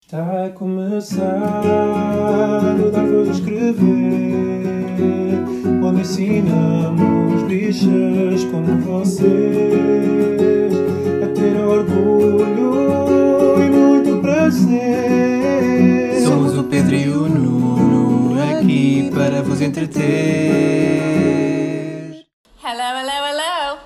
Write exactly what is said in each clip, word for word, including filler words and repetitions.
Está a começar o Dar Voz a Escrever, onde ensinamos bichas como vocês a ter orgulho e muito prazer. Somos o Pedro e o Nuno, aqui para vos entreter. Hello, hello, hello!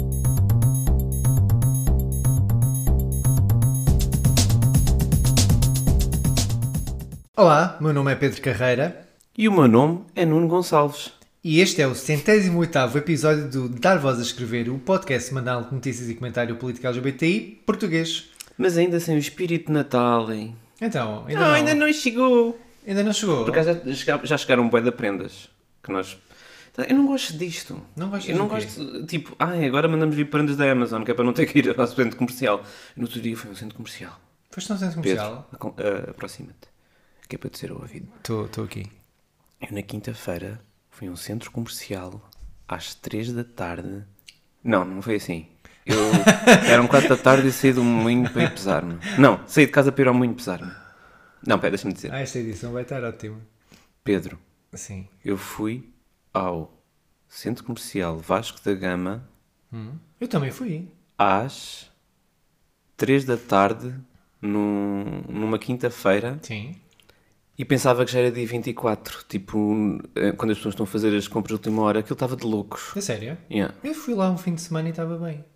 Olá, meu nome é Pedro Carreira E o meu nome é Nuno Gonçalves. e este é o centésimo oitavo episódio do Dar Voz a Escrever, o podcast semanal de notícias e comentário político L G B T I português. Mas ainda sem o espírito de Natal, hein? Então, ainda não, não, ainda não chegou. ainda não chegou? Por acaso já, chega- já chegaram um bué de prendas que nós... Eu não gosto disto. Não gostas Eu não do quê? gosto, tipo, ai, agora mandamos vir prendas da Amazon, que é para não ter que ir ao centro comercial. No outro dia foi um centro comercial. Foste num centro comercial? Pedro, acom- ah, aproxima-te, que é para te ser ouvido. Estou aqui. Eu na quinta-feira fui a um centro comercial às três da tarde. Não, não foi assim. Eu, eram quatro da tarde e saí do moinho para ir pesar-me. Não, saí de casa para ir ao moinho pesar-me. Não, pera, deixa-me dizer. Ah, esta edição vai estar ótima. Pedro, Sim. eu fui ao centro comercial Vasco da Gama Hum. Eu também fui. às três da tarde num, numa quinta-feira Sim. e pensava que já era dia vinte e quatro. Tipo, eh, quando as pessoas estão a fazer as compras de última hora, aquilo estava de loucos. É sério? Yeah. Eu fui lá um fim de semana e estava bem.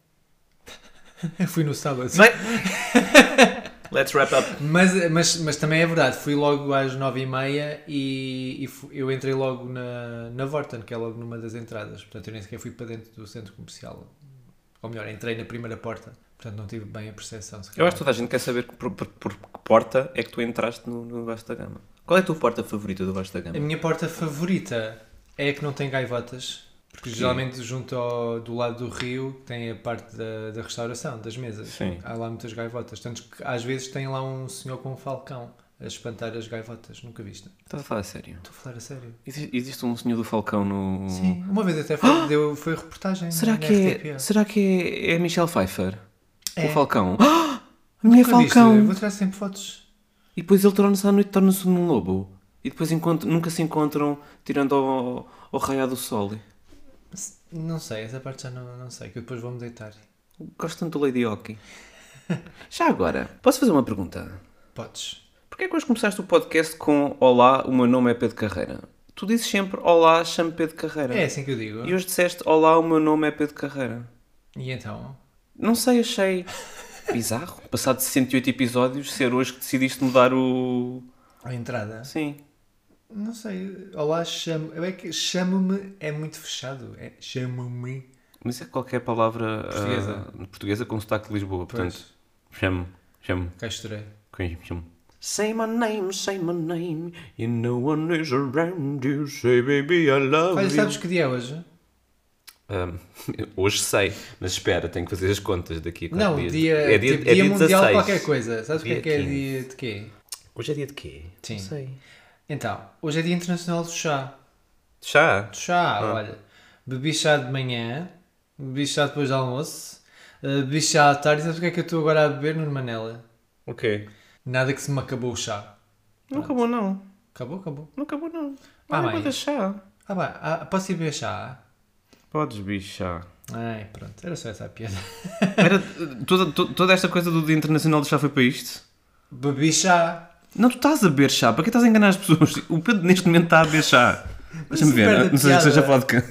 Eu fui no sábado. Bem, let's wrap up. Mas, mas, mas também é verdade, fui logo às nove e meia e, e fu- eu entrei logo na, na Vorten, que é logo numa das entradas. Portanto, eu nem sequer fui para dentro do centro comercial. Ou melhor, entrei na primeira porta. Portanto, não tive bem a percepção. se Eu calhar. acho que toda a gente quer saber por, por, por que porta é que tu entraste no, no Vasco da Gama. Qual é a tua porta favorita do Vasco da A Gama? minha porta favorita é a que não tem gaivotas. Porque Porquê? geralmente junto ao, do lado do rio tem a parte da, da restauração, das mesas. Sim. Há lá muitas gaivotas. Tanto que às vezes tem lá um senhor com um falcão a espantar as gaivotas. Nunca viste? Estás a falar a sério? Estou a falar a sério. Existe, existe um senhor do Falcão no... Sim, uma vez até foi, deu, foi reportagem Será na que, R T P. é, será que é, é Michelle Pfeiffer? É. O Falcão? Ah, a minha Nunca viste? Falcão! Vou tirar sempre fotos. E depois ele torna-se à noite, torna-se num lobo. E depois encontram- nunca se encontram tirando ao, ao raiar do sol. Não sei, essa parte já não, não sei, que eu depois vou-me deitar. Gosto tanto do Lady Hockey. Já agora, posso fazer uma pergunta? Podes. Porquê é que hoje começaste o podcast com Olá, o meu nome é Pedro Carreira? Tu dizes sempre Olá, chamo Pedro Carreira. É assim que eu digo. E hoje disseste Olá, o meu nome é Pedro Carreira. E então? Não sei, achei bizarro. Passado sessenta e oito episódios, ser hoje que decidiste mudar o... A entrada? Sim. Não sei. Olá, chamo... Eu é que chamo-me é muito fechado. É chamo-me. Mas é qualquer palavra Portuguesa. ah, portuguesa com sotaque de Lisboa. Portanto, Pois. chamo, chamo, Cá estarei. chamo. Say my name, say my name, and no one is around you. Say baby I love Olha, you. sabes que dia é hoje? Ah, hoje sei, mas espera, tenho que fazer as contas daqui a quatro Não, dias. dia, é dia, tipo, é dia dia mundial dezasseis. qualquer coisa. Sabes o que é Dia que é quinze. dia de quê? Hoje é dia de quê? Sim. Não sei. Então, hoje é dia internacional do chá. Chá? Do chá, Ah. olha. Bebi chá de manhã, bebi chá depois do almoço, uh, bebi chá à tarde. Sabes o que é que eu estou agora a beber, Nuno Manela? Ok. Nada que se me acabou o chá. Não acabou não. Acabou, acabou. Não acabou não. Ah, Olha, bem. vou chá. Ah, vai, ah, posso ir beber chá? Podes bichar. Ai, pronto, era só essa a piada. Era, toda, to- toda esta coisa do Dia Internacional do Chá foi para isto? Bebi chá. Não, tu estás a beber chá. Para que estás a enganar as pessoas? O Pedro neste momento está a beber chá. Deixa-me se ver. perde a Não sei se seja piada. vodka.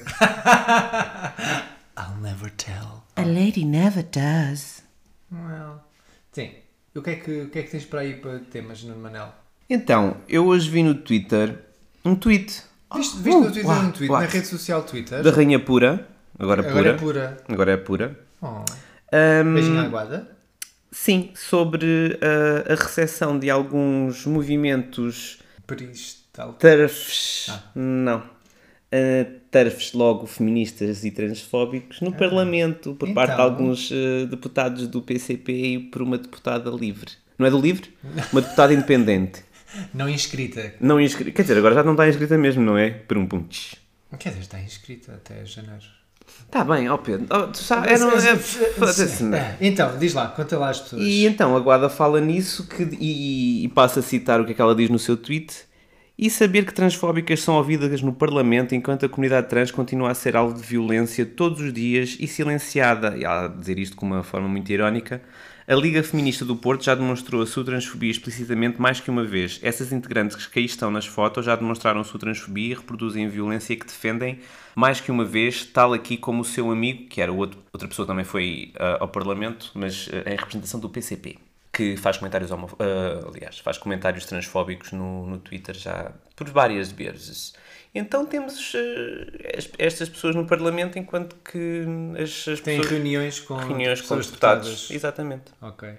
I'll never tell. A lady never does. Well, sim. O que, é que, o que é que tens para aí para temas, Nuno Manel? Então, eu hoje vi no Twitter um tweet Viste, viste no Twitter, uau, no Twitter uau. na rede social Twitter? da Rainha Pura. Agora pura. Agora é pura. Agora é pura. Oh. Ahm, Beijinho à guarda. sim, sobre ah, a recepção de alguns movimentos Peristal. TERFs. Ah. Não. Uh, TERFs logo feministas e transfóbicos no Parlamento por parte de Então. alguns uh, deputados do P C P e por uma deputada livre. Não é do livre? Uma deputada independente. Não inscrita. Não inscrita. Quer dizer, agora já não está inscrita mesmo, não é? Por um ponto. Quer dizer, está inscrita até janeiro. Está bem, ó Pedro. Oh, tu sabes, é, não, é, foda-se, não. É, então, diz lá, conta lá às pessoas. E então a Guada fala nisso que, e, e passa a citar o que é que ela diz no seu tweet. E saber que transfóbicas são ouvidas no Parlamento enquanto a comunidade trans continua a ser alvo de violência todos os dias e silenciada, e ela a dizer isto com uma forma muito irónica, a Liga Feminista do Porto já demonstrou a sua transfobia explicitamente mais que uma vez. Essas integrantes que aí estão nas fotos já demonstraram a sua transfobia e reproduzem a violência que defendem mais que uma vez, tal aqui como o seu amigo, que era outro, outra pessoa que também foi uh, ao Parlamento, mas uh, em representação do P C P. Que faz comentários, homo, uh, aliás, faz comentários transfóbicos no, no Twitter já por várias vezes. Então temos uh, estas pessoas no Parlamento, enquanto que as, as Tem pessoas... reuniões com, reuniões com pessoas deputados. deputadas. Exatamente. Ok.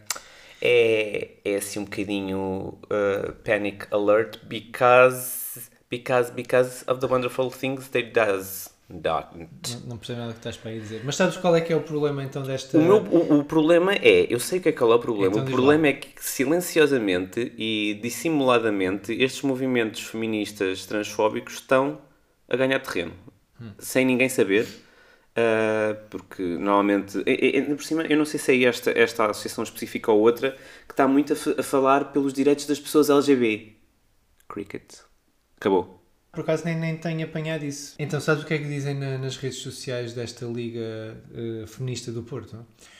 É, é assim um bocadinho uh, panic alert because, because, because of the wonderful things they does. Não, não percebo nada que estás para aí dizer. Mas sabes qual é que é o problema então desta... O, meu, o, o problema é, eu sei o que é que é o problema, Então o diz problema lá. é que silenciosamente e dissimuladamente estes movimentos feministas transfóbicos estão a ganhar terreno, hum. sem ninguém saber, uh, porque normalmente, e, e, por cima, eu não sei se é esta, esta associação específica ou outra, que está muito a, f- a falar pelos direitos das pessoas L G B. Cricket. Acabou. Por acaso nem, nem tenho apanhado isso. Então sabes o que é que dizem na, nas redes sociais desta Liga uh, Feminista do Porto?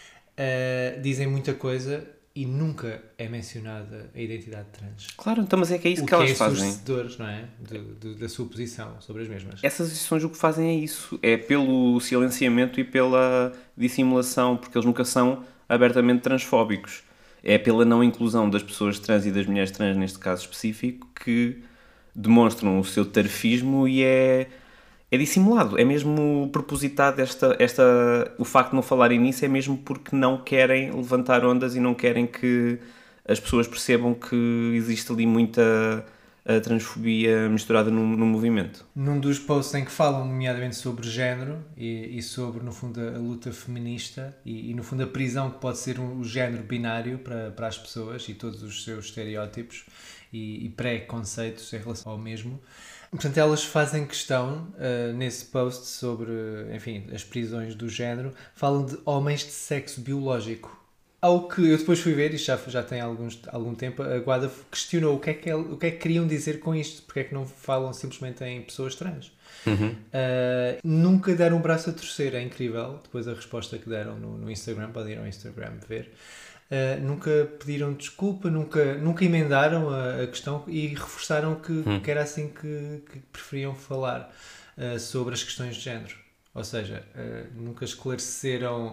Uh, dizem muita coisa e nunca é mencionada a identidade trans. Claro, então, mas é que é isso o que, que elas é fazem. O não é? De, de, da sua posição sobre as mesmas. Essas associações o que fazem é isso. É pelo silenciamento e pela dissimulação, porque eles nunca são abertamente transfóbicos. É pela não inclusão das pessoas trans e das mulheres trans, neste caso específico, que demonstram o seu tarfismo e é, é dissimulado. É mesmo propositado esta, esta... O facto de não falarem nisso é mesmo porque não querem levantar ondas e não querem que as pessoas percebam que existe ali muita a transfobia misturada no, no movimento. Num dos posts em que falam nomeadamente sobre género e, e sobre, no fundo, a, a luta feminista e, e, no fundo, a prisão que pode ser um, o género binário para, para as pessoas e todos os seus estereótipos e, e pré-conceitos em relação ao mesmo. Portanto, elas fazem questão, uh, nesse post sobre, enfim, as prisões do género, falam de homens de sexo biológico. Ao que eu depois fui ver, isto já, já tem alguns, algum tempo, a Guada questionou o que, é que, o que é que queriam dizer com isto, porque é que não falam simplesmente em pessoas trans. Uhum. Uh, nunca deram um braço a torcer, é incrível, depois a resposta que deram no, no Instagram, podem ir ao Instagram ver. Uh, nunca pediram desculpa, nunca, nunca emendaram a, a questão e reforçaram que, hum. que era assim que, que preferiam falar uh, sobre as questões de género. Ou seja, uh, nunca esclareceram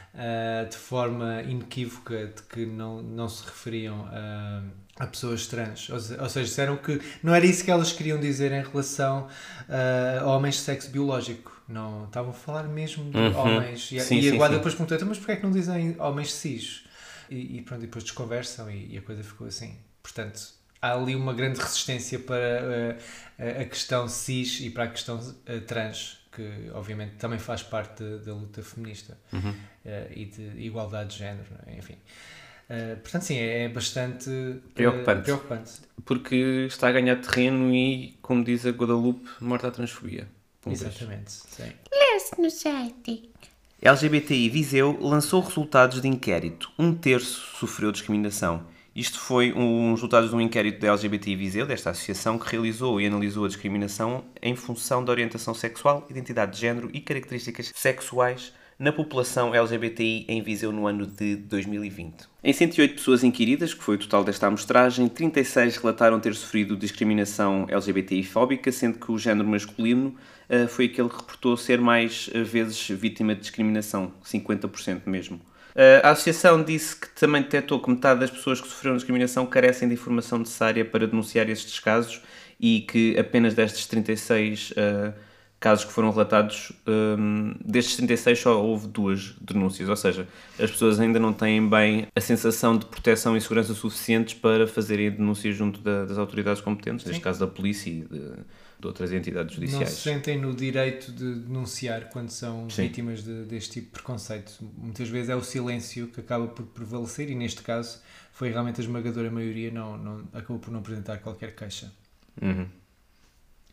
uh, de forma inequívoca de que não, não se referiam a, a pessoas trans. Ou, ou seja, disseram que não era isso que elas queriam dizer em relação uh, a homens de sexo biológico. Não, estavam a falar mesmo de uhum. homens. E, sim, e a sim, Guada sim. depois perguntou, mas porquê é que não dizem homens cis? E, e pronto, depois desconversam e, e a coisa ficou assim. Portanto, há ali uma grande resistência para uh, a questão cis e para a questão uh, trans, que obviamente também faz parte da, da luta feminista uhum. uh, e de igualdade de género, enfim. Uh, portanto, sim, é, é bastante uh, preocupante. preocupante. Porque está a ganhar terreno e, como diz a Guadalupe, morta a transfobia. Exatamente, sim. Lê-se no site. L G B T I Viseu lançou resultados de inquérito. Um terço sofreu discriminação. Isto foi um, uns resultados de um inquérito da L G B T I Viseu, desta associação, que realizou e analisou a discriminação em função da orientação sexual, identidade de género e características sexuais na população L G B T I em Viseu no ano de dois mil e vinte. Em cento e oito pessoas inquiridas, que foi o total desta amostragem, trinta e seis relataram ter sofrido discriminação L G B T I-fóbica, sendo que o género masculino uh, foi aquele que reportou ser mais uh, vezes vítima de discriminação, cinquenta por cento mesmo. Uh, a associação disse que também detectou que metade das pessoas que sofreram discriminação carecem de informação necessária para denunciar estes casos e que apenas destes trinta e seis uh, casos que foram relatados, um, destes trinta e seis só houve duas denúncias, ou seja, as pessoas ainda não têm bem a sensação de proteção e segurança suficientes para fazerem denúncias junto da, das autoridades competentes, Sim. neste caso da polícia e de, de outras entidades judiciais. Não se sentem no direito de denunciar quando são Sim. vítimas de, deste tipo de preconceito. Muitas vezes é o silêncio que acaba por prevalecer e neste caso foi realmente a esmagadora maioria, não, não, acabou por não apresentar qualquer queixa. Uhum.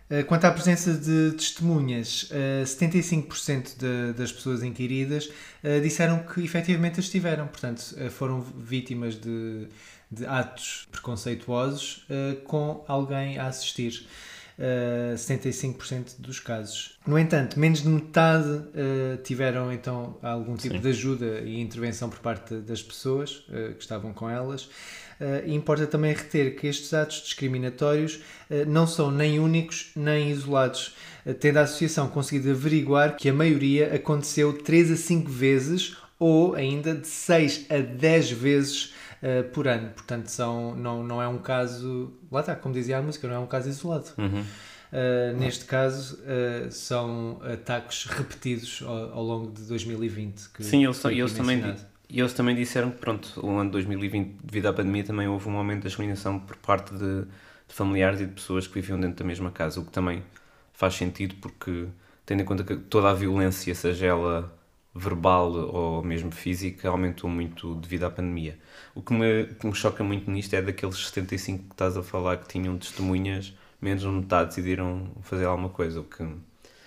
Uh, Quanto à presença de testemunhas, uh, setenta e cinco por cento de, das pessoas inquiridas uh, disseram que efetivamente as tiveram. Portanto, uh, foram vítimas de, de atos preconceituosos uh, com alguém a assistir. Uh, setenta e cinco por cento dos casos. No entanto, menos de metade uh, tiveram então algum tipo Sim. de ajuda e intervenção por parte das pessoas uh, que estavam com elas. Uh, e importa também reter que estes atos discriminatórios uh, não são nem únicos nem isolados, uh, tendo a associação conseguido averiguar que a maioria aconteceu três a cinco vezes ou ainda de seis a dez vezes Uh, por ano, portanto são, não, não é um caso, lá está, como dizia a música, não é um caso isolado. Uhum. Uh, neste caso uh, são ataques repetidos ao, ao longo de dois mil e vinte. Que Sim, eles, eles, também, eles também disseram que pronto, o ano de dois mil e vinte, devido à pandemia, também houve um aumento da discriminação por parte de, de familiares e de pessoas que viviam dentro da mesma casa, o que também faz sentido porque, tendo em conta que toda a violência, seja ela verbal ou mesmo física, aumentou muito devido à pandemia. O que me, que me choca muito nisto é daqueles setenta e cinco que estás a falar que tinham testemunhas, menos de metade decidiram fazer alguma coisa, o que me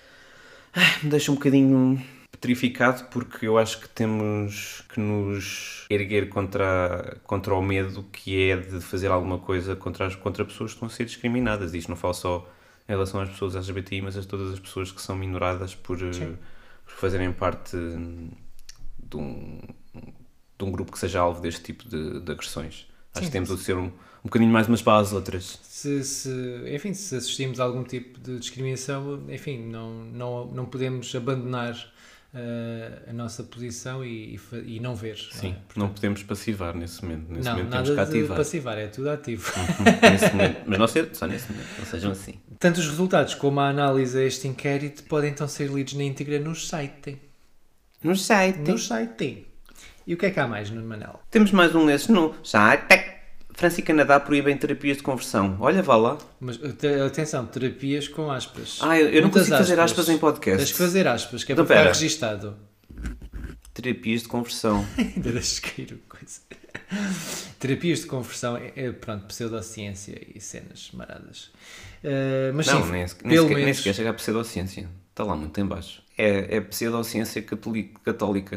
deixa um bocadinho petrificado, porque eu acho que temos que nos erguer contra, contra o medo que é de fazer alguma coisa contra, as, contra pessoas que estão a ser discriminadas. Isto não fala só em relação às pessoas L G B T I, mas a todas as pessoas que são minoradas por... Sim. por fazerem parte de um, de um grupo que seja alvo deste tipo de, de agressões. Acho sim, que temos de ser um, um bocadinho mais umas para as outras. Se, se, enfim, se assistimos a algum tipo de discriminação, enfim, não, não, não podemos abandonar uh, a nossa posição e, e, e não ver. Sim, não, é? Portanto, não podemos passivar nesse momento. Nesse não, momento nada temos que ativar. de passivar, é tudo ativo. Uhum, nesse momento, mas não ser só nesse momento, não sejam assim. Tanto os resultados como a análise a este inquérito podem então ser lidos na íntegra no site. No site. No site. E o que é que há mais, Nuno Manel? Temos mais um desses no site. França e Canadá proíbem terapias de conversão. Olha, vá lá. Mas atenção, terapias com aspas. Ah, eu, eu não consigo fazer aspas, aspas em podcast. Tens que fazer aspas, que é então, para ficar pera. registado. Terapias de conversão. Ainda deixas cair coisa. Terapias de conversão é, pronto, pseudociência e cenas maradas. Uh, mas não, sim, nem, pelo nem, sequer, menos... nem sequer chega a pseudociência. Está lá muito em baixo. É, é pseudociência católica.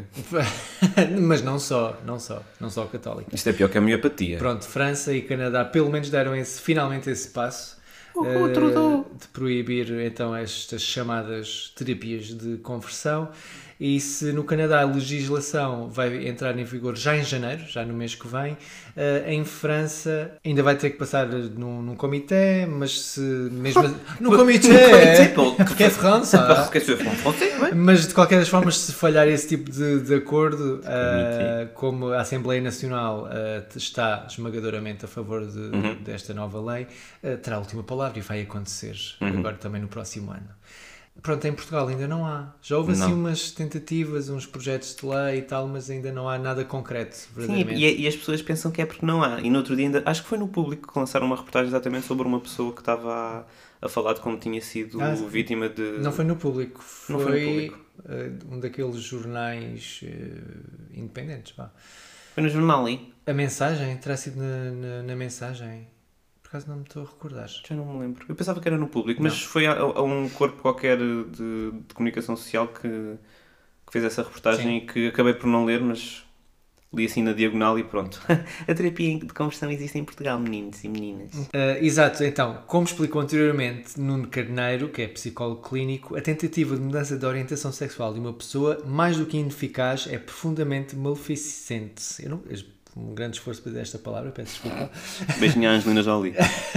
Mas não só, não só, não só católica. Isto é pior que a miopatia. Pronto, França e Canadá pelo menos deram esse, finalmente esse passo uh, uh, de proibir então estas chamadas terapias de conversão. E se no Canadá a legislação vai entrar em vigor já em janeiro, já no mês que vem, uh, em França ainda vai ter que passar num, num comitê, mas se mesmo... no comitê, porque é França. Mas de qualquer das formas, se falhar esse tipo de, de acordo, uh, como a Assembleia Nacional uh, está esmagadoramente a favor de, uhum. desta nova lei, uh, terá a última palavra e vai acontecer uhum. agora também no próximo ano. Pronto, em Portugal ainda não há. Já houve não. assim umas tentativas, uns projetos de lei e tal, mas ainda não há nada concreto, verdadeiramente. Sim, e, e as pessoas pensam que é porque não há. E no outro dia ainda, acho que foi no Público que lançaram uma reportagem exatamente sobre uma pessoa que estava a, a falar de como tinha sido ah, vítima de... Não foi no Público, foi, não foi no Público. Uh, um daqueles jornais uh, independentes, vá. Foi no jornal, hein? A mensagem, terá sido na, na, na mensagem... Por acaso não me estou a recordar. Já não me lembro. Eu pensava que era no Público, mas não. Foi a, a um corpo qualquer de, de comunicação social que, que fez essa reportagem. Sim. E que acabei por não ler, mas li assim na diagonal e pronto. A terapia de conversão existe em Portugal, meninos e meninas. Uh, exato. Então, como explicou anteriormente Nuno Carneiro, que é psicólogo clínico, a tentativa de mudança de orientação sexual de uma pessoa, mais do que ineficaz, é profundamente maleficente. Eu não... Um grande esforço para dizer esta palavra, peço desculpa. Beijinho à Angelina Jolie.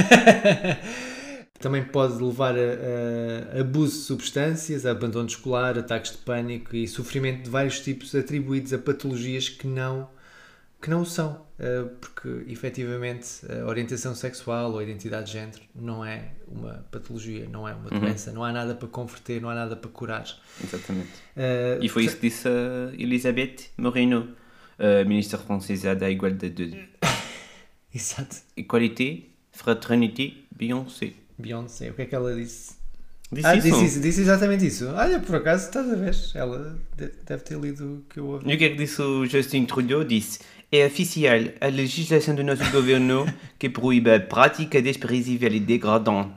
Também pode levar a, a abuso de substâncias, a abandono escolar, ataques de pânico e sofrimento de vários tipos atribuídos a patologias que não, que não o são. Porque, efetivamente, a orientação sexual ou a identidade de género não é uma patologia, não é uma doença. Uhum. Não há nada para converter, não há nada para curar. Exatamente. Uh, e foi isso que disse a Elisabeth Moreno, Uh, ministra francesa da Igualdade de... Exato. Igualité, fraternité, Beyoncé. Beyoncé, o que é que ela disse? Disse ah, isso? Disse, isso, disse exatamente isso. Olha, por acaso, estás a ver? Ela deve ter lido o que eu ouvi. E o que é que disse o Justin Trudeau? Disse: é oficial, a legislação do nosso governo que proíbe a prática desprezível e degradante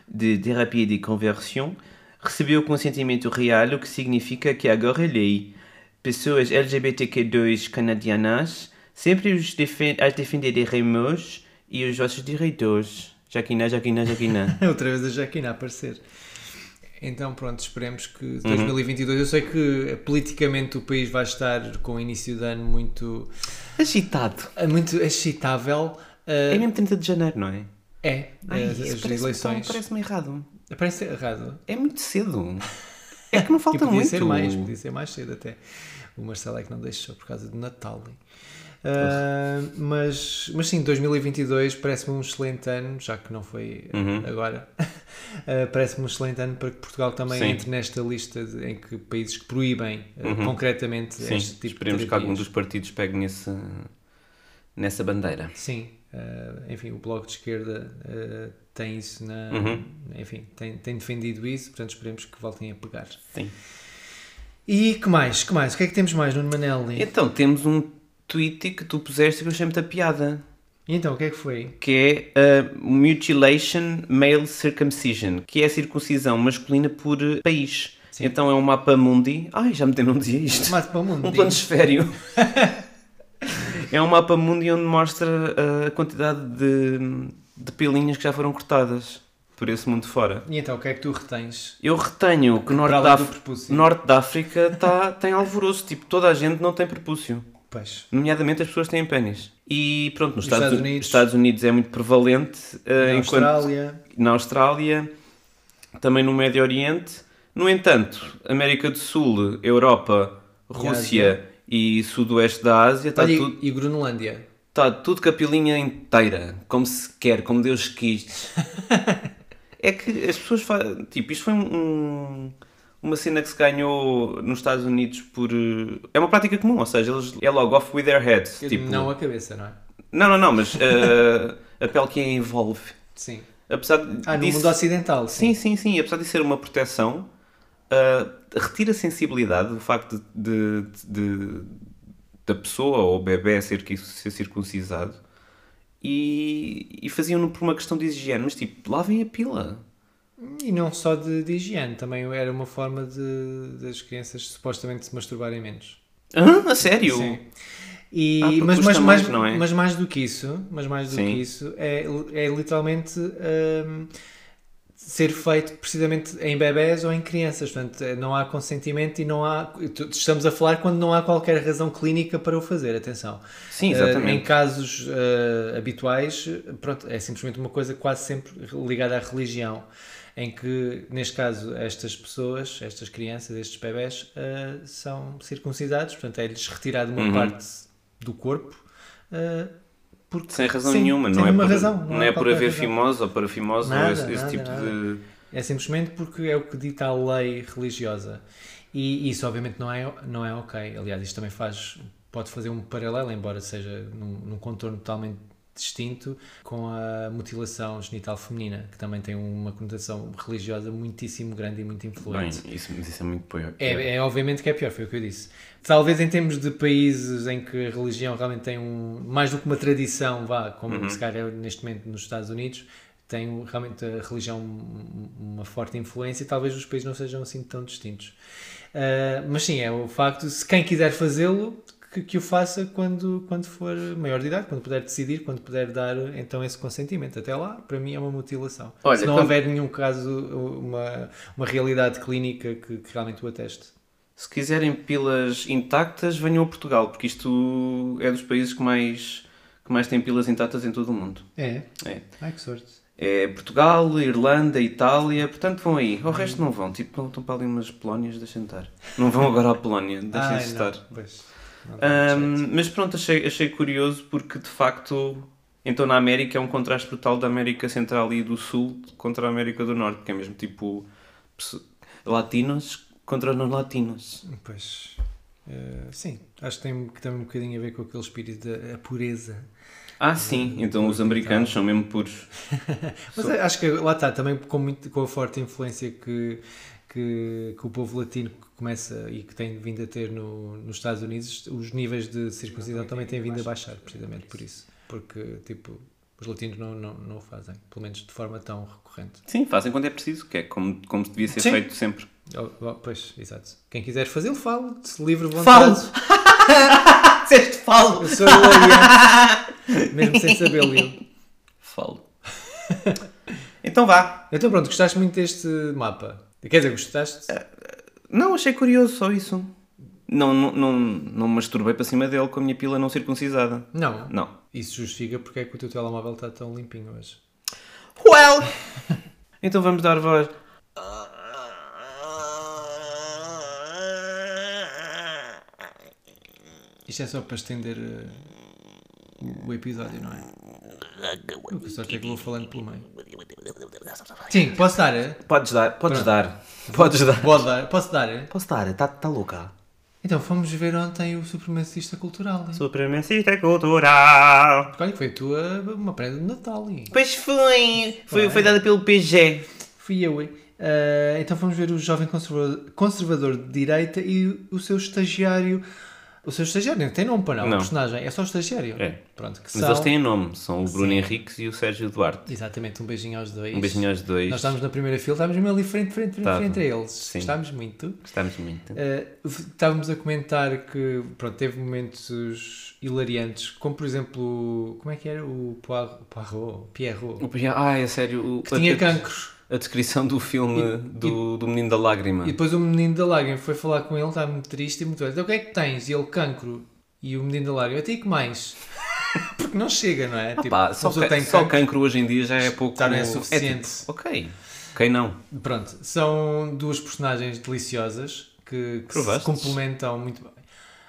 de terapia de conversão, recebeu consentimento real, o que significa que agora é lei. Pessoas L G B T Q dois canadianas sempre os defen- as defenderemos e os vossos direitos. Jaquina, Jaquina, Jaquina. Outra vez a Jaquina a aparecer. Então, pronto, esperemos que dois mil e vinte e dois, eu sei que politicamente o país vai estar com o início de ano muito, Agitado. muito excitável. É Uh, mesmo trinta de janeiro, não é? é, Ai, as, isso as parece- eleições. então Parece-me errado. Parece errado. É muito cedo. É que não E falta podia muito. ser mais, podia ser mais cedo até. O Marcelo é que não deixou por causa do Natal. Uh, mas, mas sim, dois mil e vinte e dois parece-me um excelente ano, já que não foi uh, Uhum. agora. Uh, parece-me um excelente ano para que Portugal também Sim. entre nesta lista de, em que países que proíbem uh, Uhum. concretamente Sim, este tipo esperemos de que algum terapias. dos partidos pegue nesse, nessa bandeira. Sim, uh, enfim, o Bloco de Esquerda uh, tem isso na, Uhum. enfim, tem, tem defendido isso, portanto esperemos que voltem a pegar. Sim. E que mais? Que mais? O que é que temos mais, Nuno Manelli? Então, temos um tweet que tu puseste que eu achei muita piada, E então, o que é que foi? que é a Mutilation Male Circumcision, que é a circuncisão masculina por eh, país. Sim. Então é um mapa mundi. Ai, já me não dizia isto. Mate para o mundo. Um planosfério. É um mapa mundi onde mostra uh, a quantidade de, de pilinhas que já foram cortadas por esse mundo fora. E então, o que é que tu retens? Eu retenho que o norte, Para da, além do Af- prepúcio. norte da África tá, tem alvoroço. Tipo, toda a gente não tem prepúcio. Pois. Nomeadamente as pessoas têm pênis. E pronto, nos Nos Estados, Estados Uni- Unidos. Estados Unidos é muito prevalente. uh, Na enquanto Austrália. na Austrália, também no Médio Oriente. No entanto, América do Sul, Europa, Rússia e Sudoeste da Ásia, está Olha, e- tudo, e Groenlândia? tá tudo com a pilinha inteira. Como se quer, como Deus quis. É que as pessoas fazem... Tipo, isto foi um... uma cena que se ganhou nos Estados Unidos por... uh, É uma prática comum, ou seja, eles é logo off with their heads. Tipo, Não a cabeça, não é? não, não, não, mas uh, a pele que a envolve. Sim. Apesar de Ah, no disso- mundo ocidental, Sim, sim. sim, sim. Apesar de ser uma proteção, uh, retira a sensibilidade do facto de, de- de- da pessoa ou bebê ser, qui- ser circuncisado e, e faziam-no por uma questão de higiene. Mas tipo, lavem a pila. E não só de, de higiene, também era uma forma de das crianças supostamente se masturbarem menos. Hã? A sério? Sim. E, Ah, porque mas, custa mas, mais, mas, não é? mas mais do que isso, mas mais do Sim. que isso, é, é literalmente hum, ser feito precisamente em bebés ou em crianças. Portanto, não há consentimento e não há. Estamos a falar quando não há qualquer razão clínica para o fazer, atenção. Sim, Uh, em exatamente. casos uh, habituais, pronto, é simplesmente uma coisa quase sempre ligada à religião, em que, neste caso, estas pessoas, estas crianças, estes bebés, uh, são circuncidados, portanto, é-lhes retirado uma Uhum. parte do corpo, uh, porque, Sem razão sim, nenhuma, sem não é, nenhuma por, razão, não é há por qualquer haver razão. fimose ou parafimose ou Nada, esse, esse nada, tipo nada. de... É simplesmente porque é o que dita a lei religiosa. E isso, obviamente, não é, não é ok. Aliás, isto também faz, pode fazer um paralelo, embora seja num, num contorno totalmente distinto, com a mutilação genital feminina, que também tem uma conotação religiosa muitíssimo grande e muito Bem, influente. isso, mas isso é muito pior. É, é obviamente que é pior, foi o que eu disse. Talvez em termos de países em que a religião realmente tem um, mais do que uma tradição, vá, como Uhum. se calhar é neste momento nos Estados Unidos, tem um- realmente a religião um- uma forte influência e talvez os países não sejam assim tão distintos. Ah, mas sim, é o facto, se quem quiser fazê-lo, que, que o faça quando, quando for maior de idade, quando puder decidir, quando puder dar então esse consentimento. Até lá, para mim é uma mutilação. Olha, se não quando- houver nenhum caso, uma, uma realidade clínica que, que realmente o ateste. Se quiserem pilas intactas, venham a Portugal, porque isto é dos países que mais, que mais têm pilas intactas em todo o mundo. É? É. Ai, que sorte. É Portugal, Irlanda, Itália, portanto vão aí. O resto não vão, tipo, não estão para ali umas Polónias, deixem estar. Não vão agora à Polónia, deixem Ai, estar. não, pois. Não dá muito jeito. Ahm, mas pronto, achei, achei curioso porque de facto, então na América é um contraste brutal da América Central e do Sul contra a América do Norte, porque é mesmo tipo pesso- latinos contra não latinos. Pois, eh, sim, acho que tem que também um bocadinho a ver com aquele espírito da a pureza. Ah, sim, então os americanos são mesmo puros. Mas Só- acho que lá está, também com, muito, com a forte influência que, que, que o povo latino começa e que tem vindo a ter no, nos Estados Unidos, os níveis de circuncisão também têm vindo a baixar, precisamente por isso. Porque, tipo, Os latinos não, não, não o fazem, pelo menos de forma tão recorrente. Sim, fazem quando é preciso, que é como, como devia ser Sim. feito sempre. Oh, oh, pois, exato. Quem quiser fazê-lo, fale, de livre Falo! vontade. Disseste falo! Eu sou hilariante, mesmo sem sabê-lo. Falo. Então vá. Então pronto, gostaste muito deste mapa? Quer dizer, gostaste? Não, achei curioso só isso. Não, não, não, não me masturbei para cima dele com a minha pila não circuncisada. Não. Não. Isso justifica porque é que o teu telemóvel está tão limpinho hoje. Well! Então vamos dar voz. Isto é só para estender uh, o episódio, não é? O que sorte é que eu vou falando pelo meio. Sim, posso dar? É? Podes dar, podes Pronto. dar. Podes dar. Pode dar? Posso dar? É? Posso dar, está tá louca. Então, fomos ver ontem o Supremacista Cultural. É? Supremacista cultural. Porque olha que foi a tua uma prenda de Natal. É? Pois foi. Foi, Foi. foi dada pelo P G. Fui eu, é? Uh, então fomos ver o jovem conservador, conservador de direita e o seu estagiário. O seu estagiário nem tem nome para não, Não. o personagem é só o estagiário. É. Pronto, que Mas são... eles têm nome. São o Bruno Sim. Henriques e o Sérgio Duarte. Exatamente, um beijinho aos dois. Um beijinho aos dois. Nós estávamos na primeira fila, estávamos mesmo ali frente, frente, frente, Estava. frente a eles. Sim. Gostámos muito. Gostámos muito. Uh, estávamos a comentar que pronto, teve momentos hilariantes, como por exemplo, como é que era? O Poirot, Poirot, Pierrot, O P G Ah, é sério. O, que tinha a, cancros. a descrição do filme E- do, do Menino da Lágrima. E depois o menino da lágrima foi falar com ele, estava muito triste e muito velho. Então o que é que tens? E ele, cancro. E o menino da lágrima, até que mais? Porque não chega, não é? Ah, pá, só, uma pessoa ca- tem só cancro. cancro hoje em dia já é pouco. Já não é suficiente. tipo, ok. Ok, não. Pronto, são duas personagens deliciosas que, que se Provaste? complementam muito bem.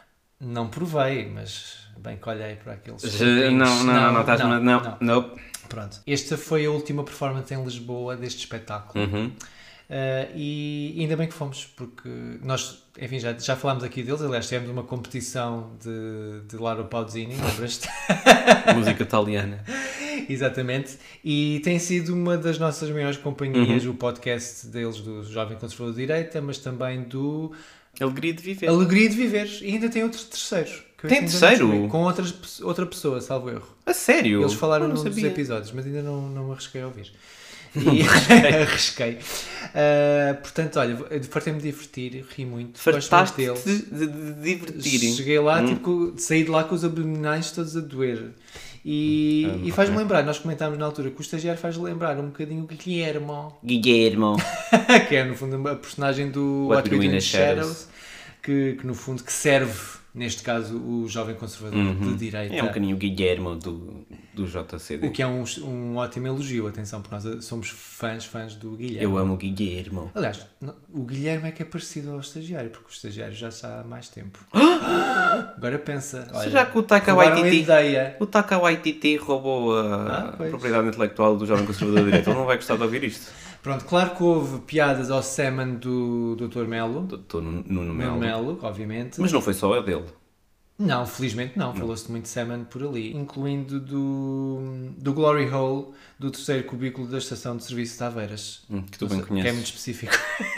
Não provei, mas bem que olhei para aqueles. Já- chupinhos. não, não, não, não, estás não, não, não, não. Pronto, esta foi a última performance em Lisboa deste espetáculo. Uhum. Uh, e ainda bem que fomos, porque nós, enfim, já, já falámos aqui deles. Aliás, tivemos uma competição de, de Lauro Pausini, lembras-te? Música italiana. Exatamente, e tem sido uma das nossas maiores companhias, Uhum. o podcast deles, do Jovem Conservador de Direita, mas também do Alegria de viver. Alegria de Viver. E ainda tem outro terceiro. que eu Tem ainda não terceiro? descobri, com outras, pe- outra pessoa, salvo erro. A sério? Eles falaram Eu não num dos sabia. episódios, mas ainda não, não me arrisquei a ouvir. E arrisquei. Uh, portanto, olha, fartei-me de divertir, ri muito. gosto muito Fartaste deles. de, de, de divertir. Cheguei lá, Hum. tipo, saí de lá com os abdominais todos a doer. E, Ah, e faz-me ok. lembrar, nós comentámos na altura que o estagiário faz lembrar um bocadinho o Guilhermo, Guilhermo. que é no fundo a personagem do What We Do in the Shadows. que, que no fundo que serve, neste caso, o jovem conservador Uhum. de direita. É um bocadinho o Guilhermo do, do J C D. O que é um, um ótimo elogio, atenção, porque nós somos fãs, fãs do Guilherme. Eu amo o Guilhermo. Aliás, não- o Guilherme é que é parecido ao estagiário, porque o estagiário já está há mais tempo. Agora pensa. Olha, Será que o Taika roubaram a Waititi- ideia. O Taika Waititi roubou a Ah, pois. propriedade intelectual do jovem conservador de direita. Ele não vai gostar de ouvir isto. Pronto, claro que houve piadas ao semen do doutor Melo. Estou no, no, no No Melo. Melo, obviamente. Mas não foi só a dele. Não, felizmente não. Falou-se de muito semen por ali. Incluindo do, do Glory Hole, do terceiro cubículo da estação de serviço de Aveiras. Hum, que tu Não bem sei, Que é muito conheces. específico.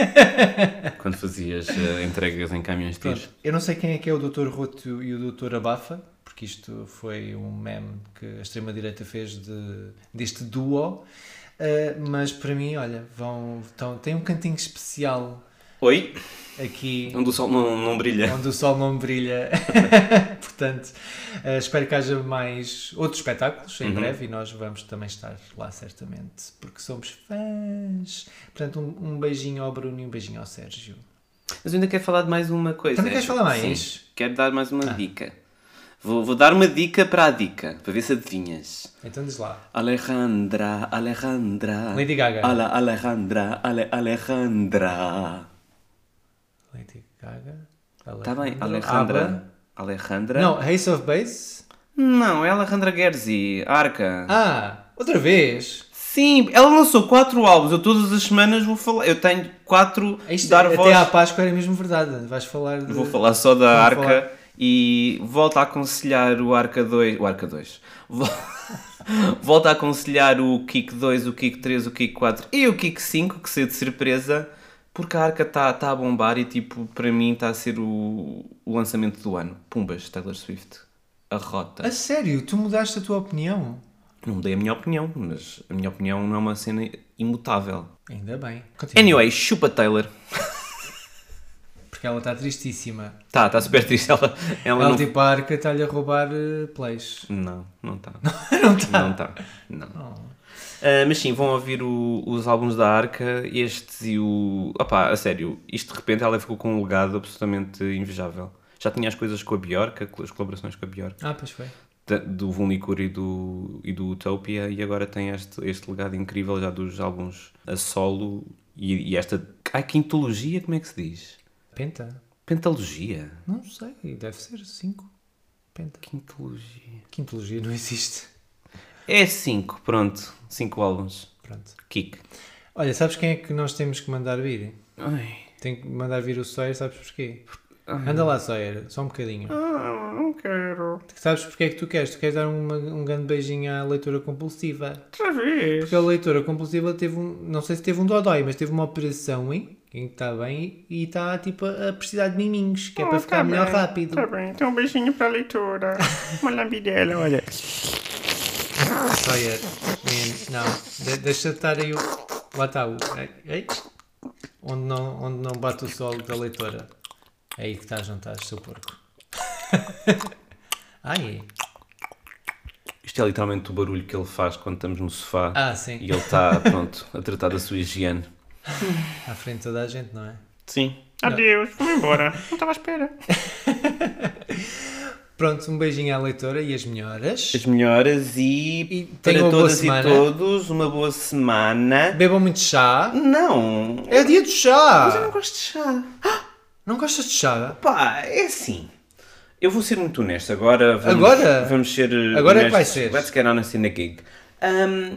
Quando fazias eh, entregas em caminhões de tiros. Pronto, eu não sei quem é que é o doutor Roto e o doutor Abafa, porque isto foi um meme que a extrema-direita fez de, deste duo. Uh, mas para mim, olha, vão, estão, tem um cantinho especial Oi? aqui Onde o sol não, não brilha. onde o sol não brilha. Portanto, uh, espero que haja mais outros espetáculos em Uhum. breve e nós vamos também estar lá certamente, porque somos fãs. Portanto, um, um beijinho ao Bruno e um beijinho ao Sérgio. Mas eu ainda quero falar de mais uma coisa. Também queres falar mais? Sim, quero dar mais uma Ah. dica. Vou, vou dar uma dica para a dica, para ver se adivinhas. Então diz lá. Alejandra, Alejandra. Lady Gaga. Ale, Alejandra, Ale, Alejandra. Lady Gaga. Está bem, Alejandro, Alejandra. ABBA. Alejandra. Não, Ace of Base. Não, é Alejandra Guerzi, Arca. Ah, outra vez. Sim, ela lançou quatro álbuns, eu todas as semanas vou falar. Eu tenho quatro Isto, dar até voz. à Páscoa era mesmo verdade. Vais falar de... Vou falar só da Vamos Arca falar. e volto a aconselhar o Arca dois. O Arca dois. Vol- Volto a aconselhar o Kick dois, o Kick três, o Kick quatro e o Kick cinco, que saiu de surpresa, porque a Arca está tá a bombar e, tipo, para mim está a ser o, o lançamento do ano. Pumbas, Taylor Swift. A rota. A sério? Tu mudaste a tua opinião? Não mudei a minha opinião, mas a minha opinião não é uma cena imutável. Ainda bem. Continua. Anyway, chupa Taylor. Porque ela está tristíssima. Tá, está super triste. Ela, ela Ela não... tipo, a Arca está-lhe a roubar uh, plays. Não, não está. Não está? Não está. Não. Uh, mas sim, vão ouvir o- os álbuns da Arca, estes e o... Opá, a sério, isto de repente ela ficou com um legado absolutamente invejável. Já tinha as coisas com a Bjork, as colaborações com a Bjork, Ah, pois foi. da- do Vulnicura e do, e do Utopia, e agora tem este, este legado incrível já dos álbuns a solo e, e esta... Ai, quintologia, como é que se diz? Penta? Pentalogia? Não sei, deve ser cinco. Penta. Quintologia... Quintologia não existe. É cinco, pronto. Cinco álbuns. Pronto. Kick. Olha, sabes quem é que nós temos que mandar vir? Ai... Tem que mandar vir o Sawyer, sabes porquê? Anda lá, Sawyer, só um bocadinho. Ah, não quero. Sabes porque é que tu queres? Tu queres dar uma- um grande beijinho à leitora compulsiva. Outra vez. Porque a leitora compulsiva teve um, não sei se teve um dodói, mas teve uma operação, hein? Em que está bem e está tipo a precisar de miminhos, que é para ficar melhor rápido. Tá bem, então um beijinho pra leitora. Uma lambidela, olha. Sawyer, man, não, de- deixa de estar aí o. Lá está o. Ei, ei. Onde, não, onde não bate o solo da leitora. É aí que está a jantar, seu porco. Ai. Isto é literalmente o barulho que ele faz quando estamos no sofá Ah, sim. e ele está, pronto, a tratar da sua higiene. À frente de toda a gente, não é? Sim. Adeus, vamos embora. Não estava à espera. Pronto, um beijinho à leitora e as melhoras. As melhoras e, E para tenham uma boa todas e semana. todos, uma boa semana. Bebam muito chá. Não, É o dia do chá. mas eu não gosto de chá. Não gostas de chá? Pá, é assim. Eu vou ser muito honesto agora. Vamos, Agora? Vamos ser. Agora é que honestos. vai ser. Let's get honest in the gig. Um,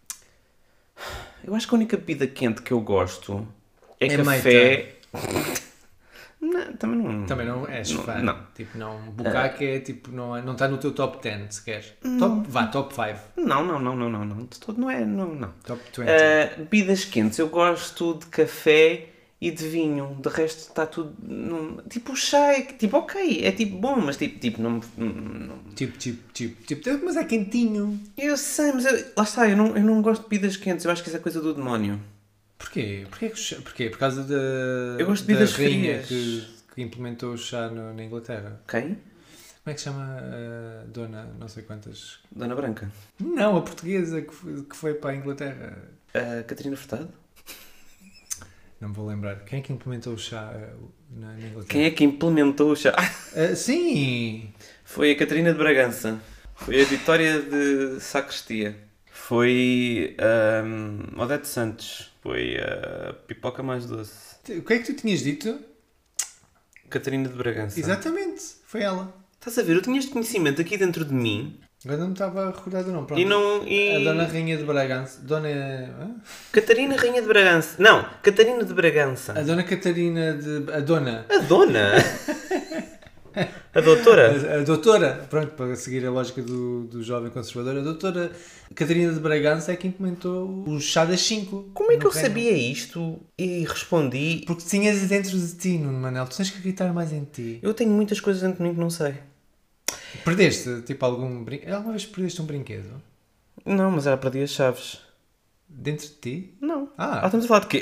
eu acho que a única bebida quente que eu gosto é, É café. Não, também não. Também não és Não, fã. não. Tipo, não. Bucaque é tipo, não está não tá no teu top dez sequer. Top, vá, top cinco. Não, não, não, não, não, não. De todo não é. Não, não. Top vinte. Uh, bebidas quentes, eu gosto de café e de vinho. De resto está tudo. Não, tipo, o chá é que- tipo, ok, é tipo bom, mas tipo, tipo não, não, não- Tipo, tipo, tipo, tipo, mas é quentinho. Eu sei, mas eu- lá está, eu não, eu não gosto de bebidas quentes, eu acho que isso é coisa do demónio. Porquê? Porquê, que o chá- Porquê? Por causa da, Eu gosto de da bebidas rainha frias. que, que implementou o chá no- na Inglaterra. Ok? Como é que se chama a dona, não sei quantas... Dona Branca. Não, a portuguesa que foi, que foi para a Inglaterra. A Catarina Furtado? Não me vou lembrar. Quem é que implementou o chá eh, na, na Inglaterra? Quem é que implementou o chá? Ah, sim! Foi a Catarina de Bragança. Foi a Vitória de Sacristia. Foi um, Odete Santos. Foi a Pipoca Mais Doce. O que é que tu tinhas dito? Catarina de Bragança. Exatamente, foi ela. Estás a ver? Eu tinha este conhecimento aqui dentro de mim Agora não me estava a recordar do nome. Pronto. e não... E... A Dona Rainha de Bragança. Dona. hã? Catarina Rainha de Bragança. Não, Catarina de Bragança. A Dona Catarina de. A Dona. A dona? A doutora? A, a doutora. Pronto, para seguir a lógica do, do jovem conservador, a doutora Catarina de Bragança é que implementou o chá das cinco. Como é que no eu reino. sabia isto e respondi? Porque tinhas dentro de ti, Nuno Manel. Tu tens que acreditar mais em ti. Eu tenho muitas coisas dentro de mim que não sei. Perdeste, tipo, algum brinquedo? Alguma vez perdeste um brinquedo? Não, mas era para dia as chaves. Dentro de ti? Não. Ah. Ah, estamos a falar de quê?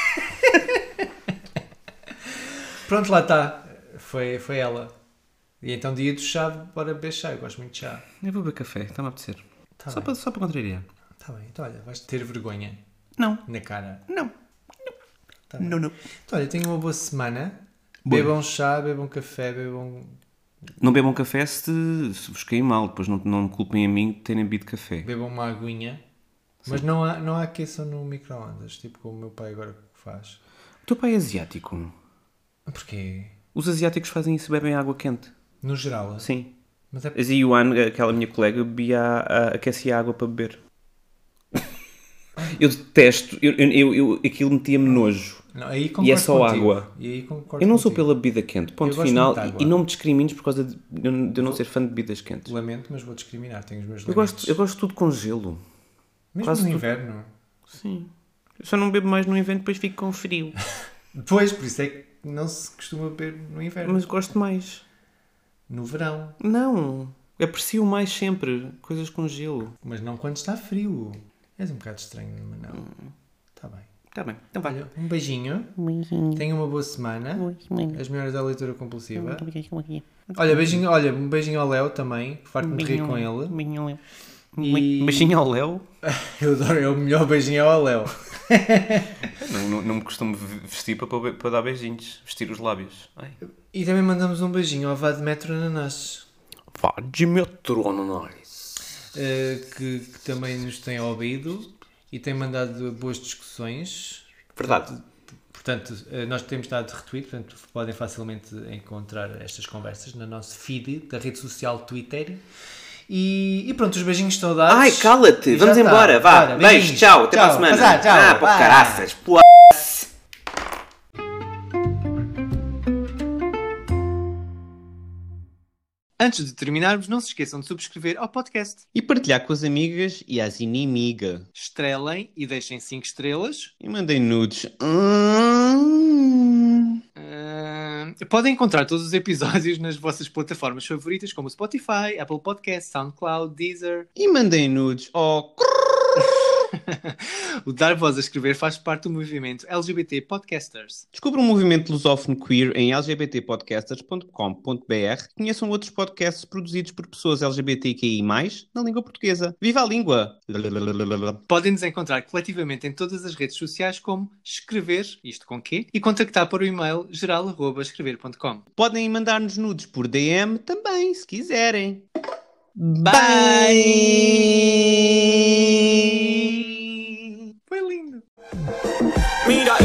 Pronto, lá está. Foi, foi ela. E então dia do chá, bora beber chá. Eu gosto muito de chá. Eu vou beber café, está-me a apetecer. Tá só, bem. para, só para contrariar. Tá bem, então olha, vais ter vergonha Não. na cara. Não. Tá bem. Não, não. Então olha, tenham uma boa semana. Boa. Bebam chá, bebam café, bebam... Não bebam café se, se vos cair mal. Depois não, não me culpem a mim de terem bebido café. Bebam uma aguinha. Mas não há, não há aqueçam no micro-ondas, tipo como o meu pai agora faz. O teu pai é asiático. Porquê? Os asiáticos fazem isso, bebem água quente. No geral. Sim. Mas é... A Ziyuan, aquela minha colega, bebia, a, aquecia a água para beber. Eu detesto, eu, eu, eu, eu- aquilo metia-me nojo. Não, aí concordo E é só contigo. água. E aí concordo Eu não sou contigo. pela bebida quente, ponto Eu gosto final. muito de E, água. e não me discrimines por causa de, de eu de eu não ser fã de bebidas quentes. Lamento, mas vou discriminar. Tenho os meus Eu limites. gosto, eu gosto de tudo com gelo. Mesmo quase no tudo. inverno. Sim. Eu só não bebo mais no inverno, depois fico com frio. Pois, por isso é que não se costuma beber no inverno. Mas gosto mais. No verão. Não. Aprecio mais sempre coisas com gelo. Mas não quando está frio. És um bocado estranho, mas não. Está bem. Está bem, então vai. Olha, um beijinho. Beijinho. Tenha uma boa semana. Beijinho. As melhores da leitura compulsiva. Beijinho. Olha, beijinho, olha, um beijinho ao Léo também. Farto-me de rir com ele. Beijinho, Léo. E- Beijinho ao Léo. Eu adoro, é o melhor beijinho ao Léo. Não, não, não me costumo vestir para, para, para dar beijinhos. Vestir os lábios. Ai. E também mandamos um beijinho ao Vá de Metro Ananás. Vá de metro no nariz. Uh, que, que também nos tem ouvido e tem mandado boas discussões. Verdade. Portanto, uh, nós temos dado retweet, portanto, podem facilmente encontrar estas conversas no nosso feed da rede social Twitter. E, e pronto, os beijinhos estão dados. Ai, cala-te. E já Vamos está. embora. Vá. Bora, Beijo. beijinhos. Tchau. Até para a semana. Azar, tchau. Ah, pô, Vai. caraças. Pô. Antes de terminarmos, não se esqueçam de subscrever ao podcast. E partilhar com as amigas e as inimigas. Estrelem e deixem cinco estrelas. E mandem nudes. Hum. Uh, podem encontrar todos os episódios nas vossas plataformas favoritas, como Spotify, Apple Podcasts, SoundCloud, Deezer. E mandem nudes. Oh. O Dar Voz a Escrever faz parte do movimento L G B T Podcasters. Descubra um movimento lusófono queer em l g b t podcasters ponto com ponto b r. Conheçam outros podcasts produzidos por pessoas L G B T Q I mais, na língua portuguesa. Viva a língua! Podem nos encontrar coletivamente em todas as redes sociais como Escrever, isto com quê, e contactar para o e-mail geral arroba escrever ponto com. Podem mandar-nos nudes por D M também, se quiserem. Bye! Foi lindo! Mira